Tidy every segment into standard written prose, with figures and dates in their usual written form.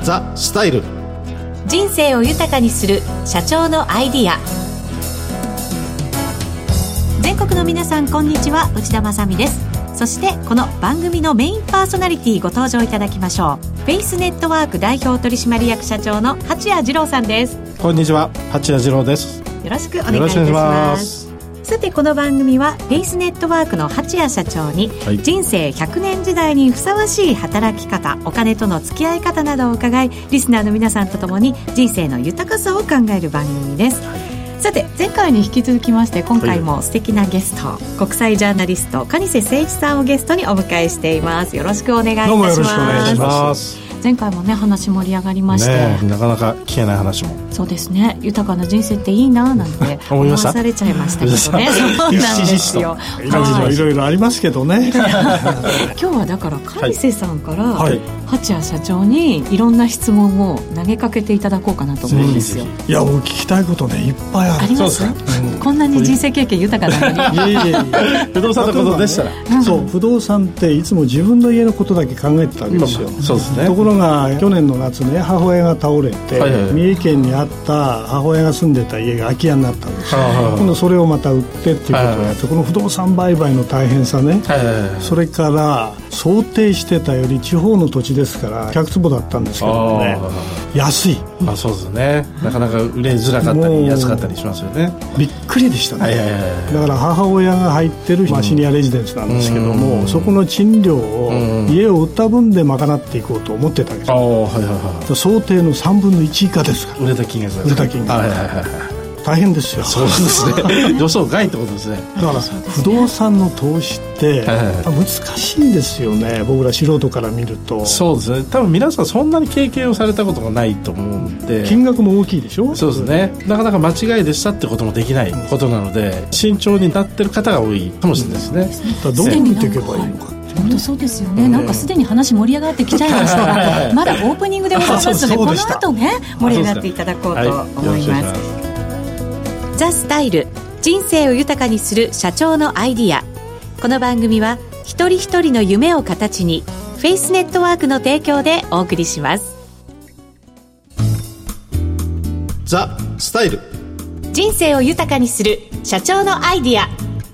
ザ・スタイル。 人生を豊かにする社長のアイディア。全国の皆さんこんにちは、内田まさみです。そしてこの番組のメインパーソナリティご登場いただきましょう。フェイスネットワーク代表取締役社長の八谷二郎さんです。 こんにちは、八谷二郎です。 よろしくお願いいたします。さてこの番組はフェイスネットワークの八谷社長に、人生100年時代にふさわしい働き方、お金との付き合い方などを伺い、リスナーの皆さんとともに人生の豊かさを考える番組です。さて前回に引き続きまして今回も素敵なゲスト、国際ジャーナリスト蟹瀬誠一さんをゲストにお迎えしています。よろしくお願いいたします。 どうもよろしくお願いします。 前回もね話盛り上がりまして、 なかなか聞けない話も。 そうですね、豊かな人生っていいななんて思わされちゃいましたけどね。そうなんですよ。 いろいろありますけどね。 今日はだから蟹瀬さんから、八谷社長にいろんな質問を投げかけていただこうかなと思うんですよ。 いやもう聞きたいことねいっぱいある。 あります。こんなに人生経験豊かなのに。いえ不動産のことでしたら、 そう不動産っていつも自分の家のことだけ考えてたわけですよ。 そうですね。 ところが去年の夏ね、母親が倒れて、三重県にあった母親が住んでた家が空き家になったんですよ。今度それをまた売ってっていうことをやって、この不動産売買の大変さね、それから想定してたより地方の土地ですから100坪だったんですけどもね、安い。 そうですね。なかなか売れづらかったり安かったりしますよね。 びっくりでしたね。だから母親が入ってるシニアレジデンスなんですけども、そこの賃料を家を売った分で賄っていこうと思ってたわけですよ。想定の3分の1以下ですから。 売れた金額大変ですよ。 そうですね。予想外ってことですね。 だから不動産の投資って難しいんですよね、僕ら素人から見ると。 そうですね。多分皆さんそんなに経験をされたことがないと思うんで、 金額も大きいでしょ。 そうですね。なかなか間違いでしたってこともできないことなので、慎重になってる方が多いかもしれないですね。 どう見ていけばいいのか。 本当そうですよね。なんかすでに話盛り上がってきちゃいましたが、まだオープニングでございますので、この後ね盛り上がっていただこうと思います。ザ・スタイル、人生を豊かにする社長のアイディア。この番組は一人一人の夢を形にフェイスネットワークの提供でお送りします。 ザ・スタイル、 人生を豊かにする社長のアイディア。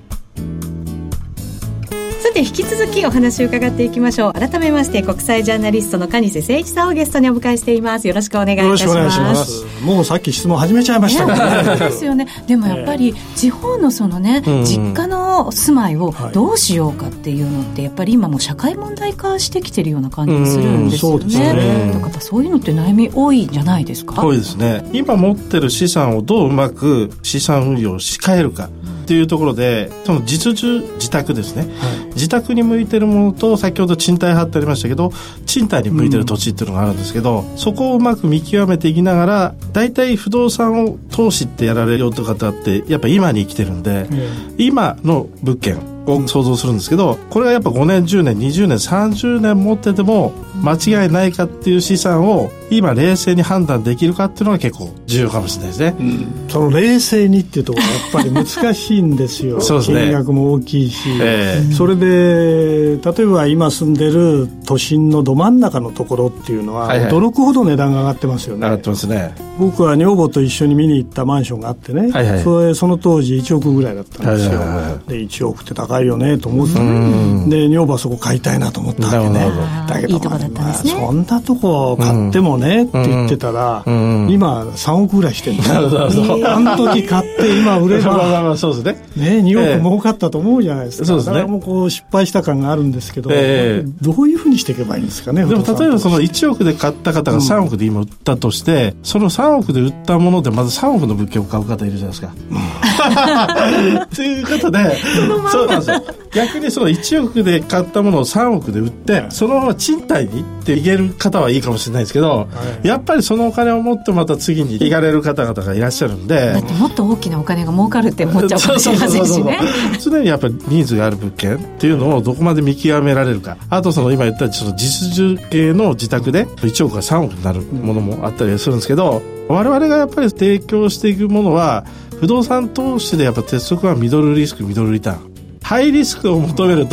さて引き続きお話を伺っていきましょう。改めまして国際ジャーナリストの蟹瀬誠一さんをゲストにお迎えしています。よろしくお願いいたします。 よろしくお願いします。もうさっき質問始めちゃいましたからね。 そうですよね。でもやっぱり地方のそのね、実家の住まいをどうしようかっていうのってやっぱり今も社会問題化してきてるような感じがするんですよね。だからそういうのって悩み多いんじゃないですか。 多いですね。今持ってる資産をどううまく資産運用をし替えるかっていうところで、その実需自宅ですね、自宅に向いてるものと、先ほど賃貸派ってありましたけど、賃貸に向いてる土地っていうのがあるんですけど、そこをうまく見極めていきながら、大体不動産を投資ってやられるよって方ってやっぱ今に生きてるんで、今の物件を想像するんですけど、これがやっぱ5年10年20年30年持ってても間違いないかっていう資産を今冷静に判断できるかっていうのが結構重要かもしれないですね。 その冷静にっていうところがやっぱり難しいんですよ。 そうですね。 金額も大きいし、それで例えば今住んでる都心のど真ん中のところっていうのは、驚くほど値段が上がってますよね。 上がってますね。 僕は女房と一緒に見に行ったマンションがあってね、その当時1億ぐらいだったんですよ。で1億って高いよねと思ってたね。で女房はそこ買いたいなと思ったわけね。だけどいいとこだったんですね。 そんなとこ買ってもねって言ってたら、今3億ぐらいしてるんだよ。あの時買って今売ればそうですね。 2億儲かったと思うじゃないですか。だからもうこう失敗した感があるんですけど、どういうふうにしていけばいいんですかね。 でも例えばその1億で買った方が3億で今売ったとして、その3億で売ったものでまず3億の物件を買う方いるじゃないですか。ということで、そうなんですよ。逆にその1億で買ったものを3億で売って、そのまま賃貸にって行ける方はいいかもしれないですけど、やっぱりそのお金を持ってまた次に行かれる方々がいらっしゃるんで、 だってもっと大きなお金が儲かるって思っちゃうかもしれませんしね。 常にやっぱりニーズがある物件っていうのをどこまで見極められるか。あとその今言ったその実需系の自宅で1億が3億になるものもあったりするんですけど、我々がやっぱり提供していくものは不動産投資でやっぱ鉄則はミドルリスクミドルリターン。ハイリスクを求めると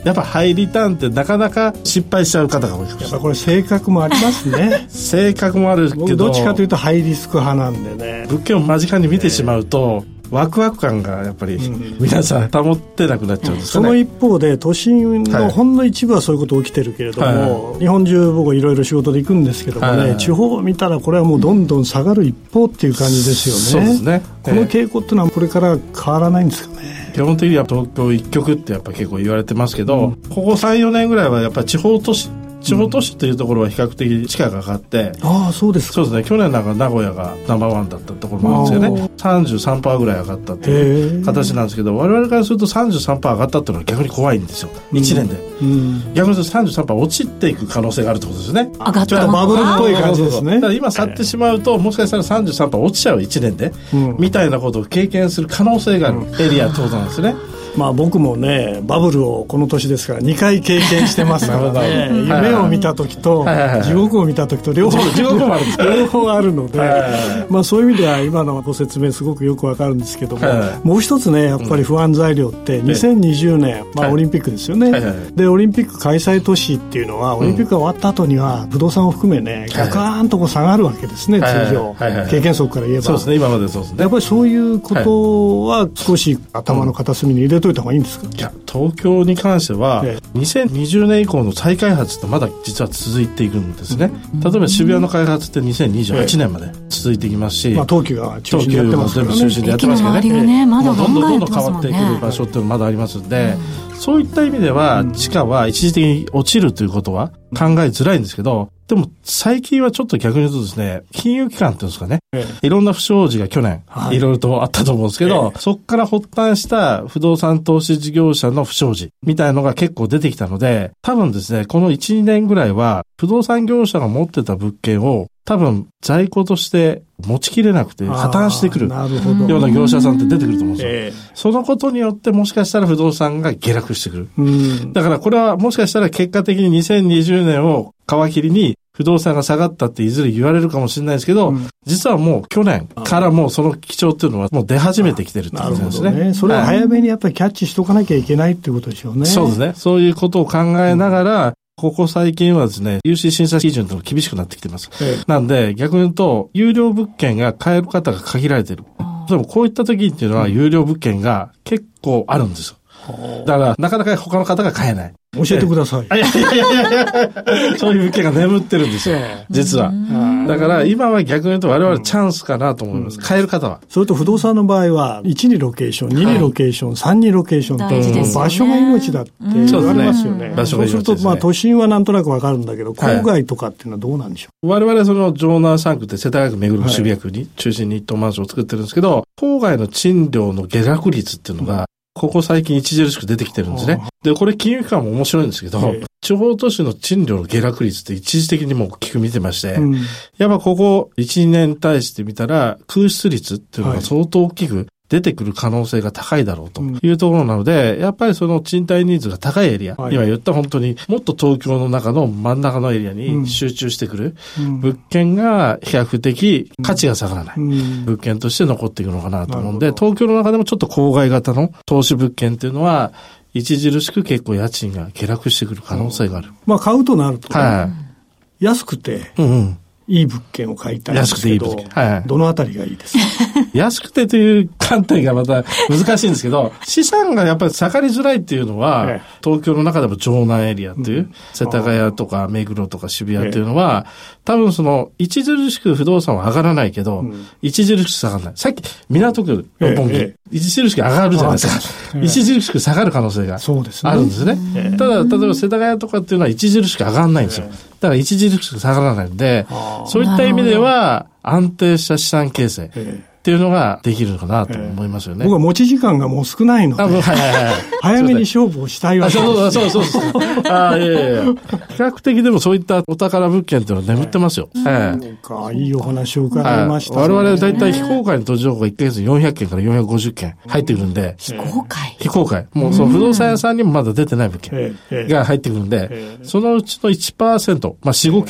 やっぱハイリターンってなかなか失敗しちゃう方が多いかもしれない。 やっぱこれ性格もありますね性格もあるけど、 僕どっちかというとハイリスク派なんでね。 物件を間近に見てしまうと、ワクワク感がやっぱり皆さん保ってなくなっちゃうんですかね。 その一方で都心のほんの一部はそういうこと起きてるけれども、日本中僕いろいろ仕事で行くんですけどもね、地方を見たらこれはもうどんどん下がる一方っていう感じですよね。 そうですね。 この傾向っていうのはこれから変わらないんですかね。 基本的には東京一極ってやっぱ結構言われてますけど、ここ 3,4 年ぐらいはやっぱり地方都市というところは比較的地価が上がって、 ああそうですか。 そうですね。去年なんか名古屋がナンバーワンだったところもあるんですよね。33% ぐらい上がったっていう形なんですけど、我々からすると 33% 上がったっていうのは逆に怖いんですよ。1年で、逆に言うと 33% 落ちていく可能性があるってことですね。 上がったバブルっぽい感じですね。 だから今去ってしまうと、もしかしたら 33% 落ちちゃう1年で、みたいなことを経験する可能性があるエリアってことなんですね。 まあ僕もねバブルをこの年ですから2回経験してますからね夢を見た時と地獄を見た時と両方あるので、まあそういう意味では今のご説明すごくよくわかるんですけども、もう一つねやっぱり不安材料って2020年、まあオリンピックですよね。でオリンピック開催都市っていうのはオリンピックが終わった後には不動産を含めねガクーンとこう下がるわけですね、通常経験則から言えば。 そうですね、今までそうですね。 やっぱりそういうことは少し頭の片隅に入れといた方がいいんですか。 いや東京に関しては、2020年以降の再開発ってまだ実は続いていくんですね。例えば渋谷の開発って2028年まで続いていきますし、 まあ、東急が中心でやってますからね。 全部中心でやってますからね。 駅の周りがねまだどんどん変わっていく場所っていうのがまだありますので、そういった意味では地価は一時的に落ちるということは考えづらいんですけど、でも最近はちょっと逆に言うとですね、金融機関っていうんですかね、いろんな不祥事が去年いろいろとあったと思うんですけど、そこから発端した不動産投資事業者の不祥事みたいなのが結構出てきたので、多分ですね、この 1,2 年ぐらいは不動産業者が持ってた物件を多分在庫として持ちきれなくて破綻してくるような業者さんって出てくると思うんですよ。そのことによってもしかしたら不動産が下落してくる。だからこれはもしかしたら結果的に2020年を皮切りに不動産が下がったっていずれ言われるかもしれないですけど、実はもう去年からもうその基調っていうのはもう出始めてきてるってことですね。 それを早めにやっぱりキャッチしとかなきゃいけないっていうことでしょうね。 そうですね。そういうことを考えながら、ここ最近はですね、融資審査基準というのが厳しくなってきています。なんで逆に言うと、有料物件が買える方が限られている。でもこういった時っていうのは有料物件が結構あるんですよ。だからなかなか他の方が買えない。 教えてください。 そういう物件が眠ってるんですよ、実は。だから今は逆に言うと我々チャンスかなと思います。買える方は。 それと不動産の場合は、1にロケーション、2にロケーション、3にロケーションと、場所が命だって言われますよね。そうすると、まあ都心はなんとなくわかるんだけど、郊外とかっていうのはどうなんでしょう。 我々はその城南3区って世田谷区、目黒区、渋谷区に中心に一棟マンションを作ってるんですけど、郊外の賃料の下落率っていうのが、ここ最近著しく出てきてるんですね。で、これ金融機関も面白いんですけど、地方都市の賃料の下落率って一時的にも大きく見てまして、やっぱここ 1,2 年に対して見たら空室率っていうのが相当大きく出てくる可能性が高いだろうというところなので、やっぱりその賃貸ニーズが高いエリア、今言った本当にもっと東京の中の真ん中のエリアに集中してくる物件が比較的価値が下がらない物件として残っていくのかなと思うんで、東京の中でもちょっと郊外型の投資物件っていうのは著しく結構家賃が下落してくる可能性がある。 まあ買うとなると、安くて、いい物件を買いたいんですけど、安くていい物件、どのあたりがいいですか。 安くてという観点がまた難しいんですけど、資産がやっぱり下がりづらいっていうのは、東京の中でも城南エリアっていう、世田谷とか目黒とか渋谷っていうのは、多分その著しく不動産は上がらないけど、著しく下がらない。さっき港区六本木、著しく上がるじゃないですか。著しく下がる可能性があるんですね。ただ例えば世田谷とかっていうのは著しく上がらないんですよ。だから著しく下がらないんで、そういった意味では安定した資産形成っていうのができるのかなと思いますよね。 僕は持ち時間がもう少ないので、早めに勝負をしたいわけです。 そう。比較的でもそういったお宝物件っていうのは眠ってますよ。 いいお話を伺いました。 我々だいたい非公開の土地情報が1ヶ月400件から450件入ってくるんで。 非公開非公開。もうその不動産屋さんにもまだ出てない物件が入ってくるんで、そのうちの 1%、まあ4、5件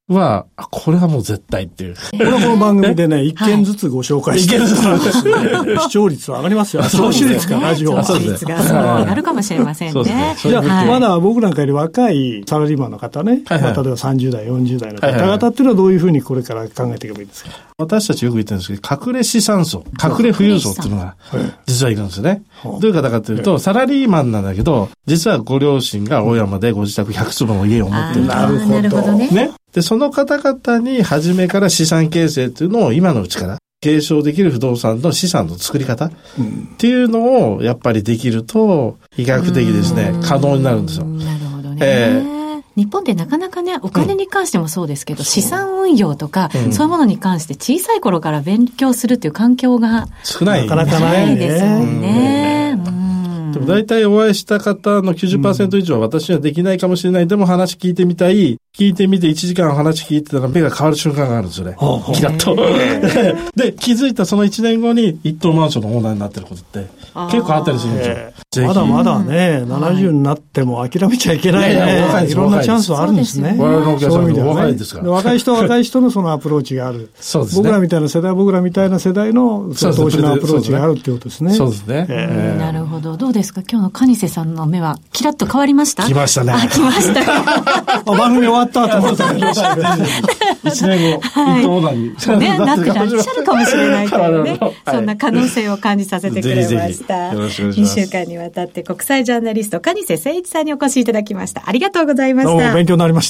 は、これはもう絶対っていう。 これはこの番組でね、一件ずつご紹介して、視聴率は上がりますよ。聴取率か、ラジオは。 聴取率が上がるかもしれませんね。 じゃあ、まだ僕なんかより若いサラリーマンの方ね、例えば30代、40代の方々っていうのはどういうふうにこれから考えていけばいいですか？ 私たちよく言ってるんですけど、隠れ資産層、隠れ富裕層っていうのが実はいるんですよね。どういう方かというと、サラリーマンなんだけど、実はご両親が大山でご自宅100坪の家を持ってる。 なるほどね。 で、その方々に初めから資産形成というのを今のうちから継承できる不動産の資産の作り方っていうのをやっぱりできると、医学的ですね、可能になるんですよ。 なるほどね。日本ってなかなかね、お金に関してもそうですけど、資産運用とか、そういうものに関して小さい頃から勉強するっていう環境が少ない。 なかなかないですもんね。 でも大体お会いした方の 90% 以上は私にはできないかもしれない。でも話聞いてみたい。聞いてみて1時間話聞いてたら目が変わる瞬間があるんですよね。キラッと。で、気づいたその1年後に一棟マンションのオーナーになってることって結構あったりするんですよ。 まだまだね、70になっても諦めちゃいけないね。いろんなチャンスはあるんですね。 我々のお客さんも若いですから。 若い人は若い人のそのアプローチがある。 そうですね。 僕らみたいな世代の投資のアプローチがあるってことですね。 そうですね。 なるほど。どうですか？今日の蟹瀬さんの目はキラッと変わりました？ 来ましたね。 来ましたか。 番組終わったと思ったけど。 1年後、一等オーナーに。 ね、なってらっしゃるかもしれないけどね。そんな可能性を感じさせてくれました。 よろしくお願いします。 2週間にわたって国際ジャーナリスト、蟹瀬誠一さんにお越しいただきました。ありがとうございました。 どうも勉強になりました。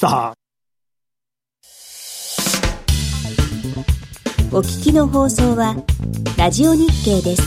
お聞きの放送は、ラジオ日経です。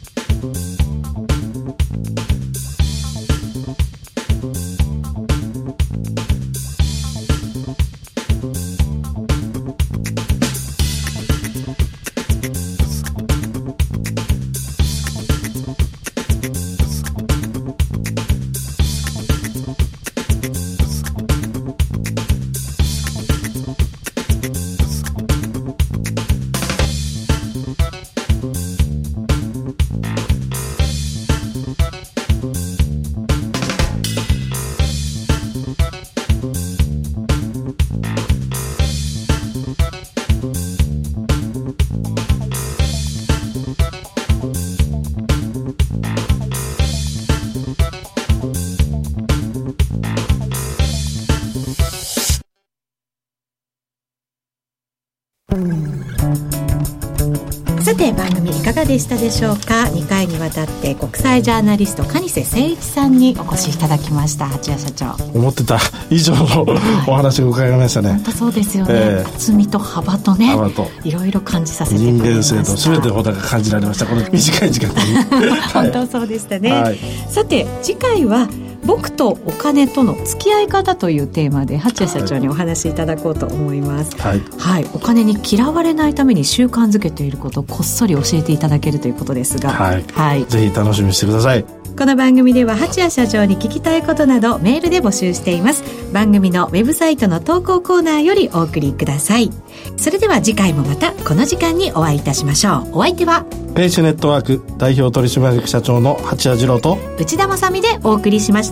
さて番組いかがでしたでしょうか。2回にわたって国際ジャーナリスト蟹瀬誠一さんにお越しいただきました。八谷社長、 思ってた以上のお話が伺いましたね。 本当そうですよね、厚みと幅とね、いろいろ感じさせてくれました。人間性と全てのことが感じられました、この短い時間に本当そうでしたね、さて次回は僕とお金との付き合い方というテーマで八谷社長にお話しいただこうと思います。お金に嫌われないために習慣づけていることをこっそり教えていただけるということですが、 ぜひ楽しみにしてください。 この番組では八谷社長に聞きたいことなどメールで募集しています。番組のウェブサイトの投稿コーナーよりお送りください。それでは次回もまたこの時間にお会いいたしましょう。お相手はペイシネットワーク代表取締役社長の八谷次郎と内田まさみでお送りしました。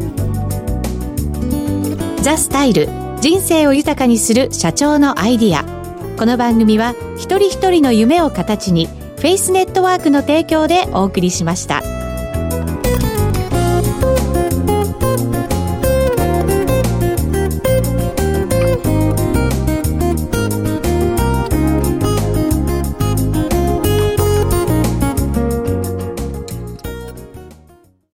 ザ・スタイル、人生を豊かにする社長のアイディア。この番組は一人一人の夢を形にフェイスネットワークの提供でお送りしました。